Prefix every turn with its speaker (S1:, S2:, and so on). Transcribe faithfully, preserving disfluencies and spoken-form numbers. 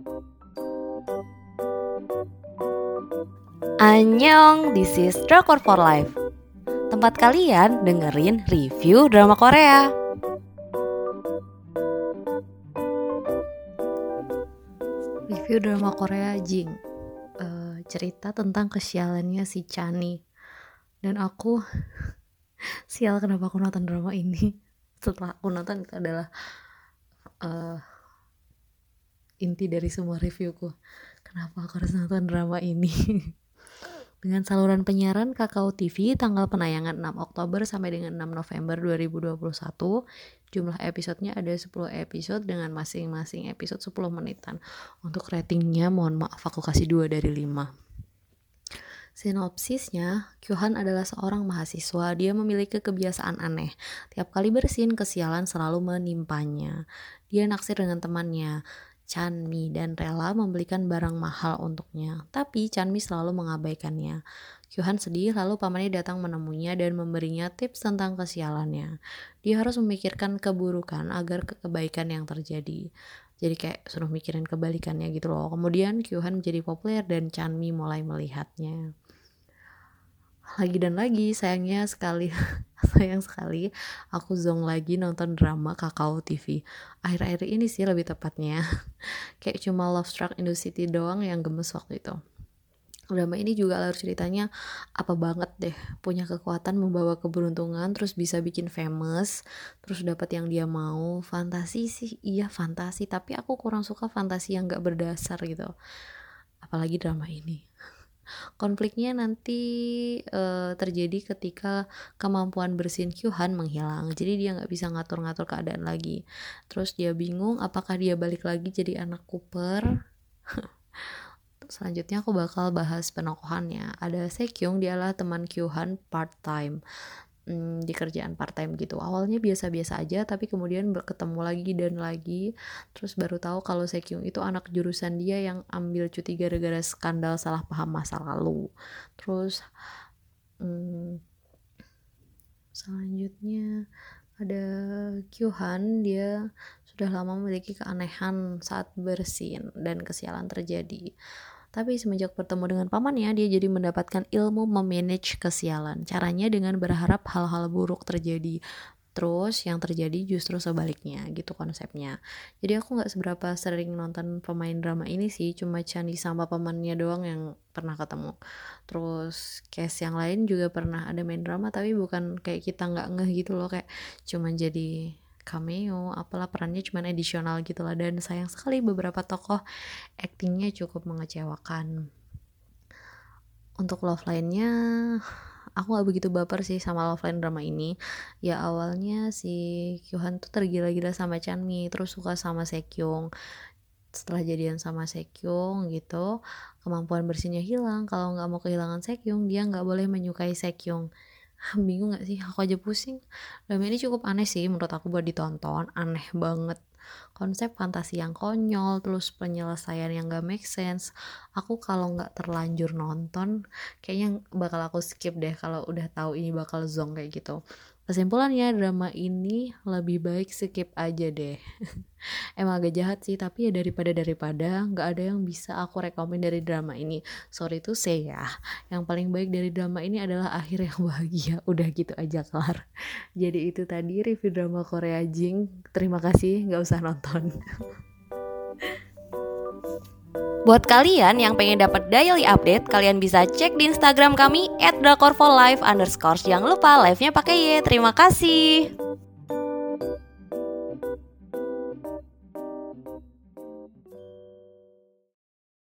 S1: Annyeong, this is Drakor for Life. Tempat kalian dengerin review drama Korea. Review drama Korea Jing. uh, Cerita tentang kesialannya si Chani. Dan aku sial kenapa aku nonton drama ini. Setelah aku nonton itu adalah uh, inti dari semua reviewku. Kenapa aku harus nonton drama ini? Dengan saluran penyiaran Kakao T V tanggal penayangan enam Oktober sampai dengan enam November dua ribu dua puluh satu. Jumlah episodenya ada sepuluh episode dengan masing-masing episode sepuluh menitan. Untuk ratingnya mohon maaf aku kasih dua dari lima. Sinopsisnya, Kyohan adalah seorang mahasiswa. Dia memiliki kebiasaan aneh. Tiap kali bersin, kesialan selalu menimpanya. Dia naksir dengan temannya Chanmi dan rela membelikan barang mahal untuknya. Tapi Chanmi selalu mengabaikannya. Kyohan sedih, lalu pamannya datang menemuinya dan memberinya tips tentang kesialannya. Dia harus memikirkan keburukan agar kebaikan yang terjadi. Jadi kayak suruh mikirin kebalikannya gitu loh. Kemudian Kyohan menjadi populer dan Chanmi mulai melihatnya. Lagi dan lagi sayangnya sekali sayang sekali aku zong lagi nonton drama Kakao T V akhir-akhir ini sih lebih tepatnya. Kayak cuma Love Struck in the City doang yang gemes waktu itu. Drama ini juga alur ceritanya apa banget deh, punya kekuatan membawa keberuntungan, terus bisa bikin famous, terus dapat yang dia mau. Fantasi sih iya fantasi, tapi aku kurang suka fantasi yang gak berdasar gitu, apalagi drama ini. Konfliknya nanti uh, terjadi ketika kemampuan bersin Kyohan menghilang. Jadi dia gak bisa ngatur-ngatur keadaan lagi. Terus dia bingung apakah dia balik lagi jadi anak Cooper. Selanjutnya aku bakal bahas penokohannya. Ada Sekyung, dia adalah teman Kyohan part-time. Hmm, di kerjaan part-time gitu. Awalnya biasa-biasa aja, tapi kemudian berketemu lagi dan lagi. Terus baru tahu kalau Sekyung itu anak jurusan dia yang ambil cuti gara-gara skandal salah paham masa lalu. Terus hmm, selanjutnya ada Kyohan, dia sudah lama memiliki keanehan saat bersin dan kesialan terjadi. Tapi semenjak bertemu dengan pamannya, dia jadi mendapatkan ilmu memanage kesialan. Caranya dengan berharap hal-hal buruk terjadi. Terus yang terjadi justru sebaliknya, gitu konsepnya. Jadi aku gak seberapa sering nonton pemain drama ini sih, cuma Chani sama pamannya doang yang pernah ketemu. Terus case yang lain juga pernah ada main drama, tapi bukan kayak kita gak ngeh gitu loh, kayak cuma jadi cameo, apalah perannya cuman edisional gitu lah. Dan sayang sekali beberapa tokoh actingnya cukup mengecewakan. Untuk love line-nya aku gak begitu baper sih sama love line drama ini. Ya awalnya si Kyohan tuh tergila-gila sama Chanmi, terus suka sama Sekyung. Setelah jadian sama Sekyung gitu, kemampuan bersinnya hilang. Kalau gak mau kehilangan Sekyung, dia gak boleh menyukai Sekyung. Bingung gak sih? Aku aja pusing. Drama ini cukup aneh sih menurut aku buat ditonton. Aneh banget. Konsep fantasi yang konyol, terus penyelesaian yang gak make sense. Aku kalau gak terlanjur nonton, kayaknya bakal aku skip deh kalau udah tahu ini bakal zong kayak gitu. Kesimpulannya, drama ini lebih baik skip aja deh. Emang agak jahat sih, tapi ya daripada daripada gak ada yang bisa aku rekomen dari drama ini. Sorry to say ya, yang paling baik dari drama ini adalah akhir yang bahagia. Udah gitu aja kelar. Jadi itu tadi review drama Korea Jing. Terima kasih, gak usah nonton. Buat kalian yang pengen dapat daily update, kalian bisa cek di Instagram kami at drakor for life underscore. Jangan lupa live-nya pakai Y. Terima kasih.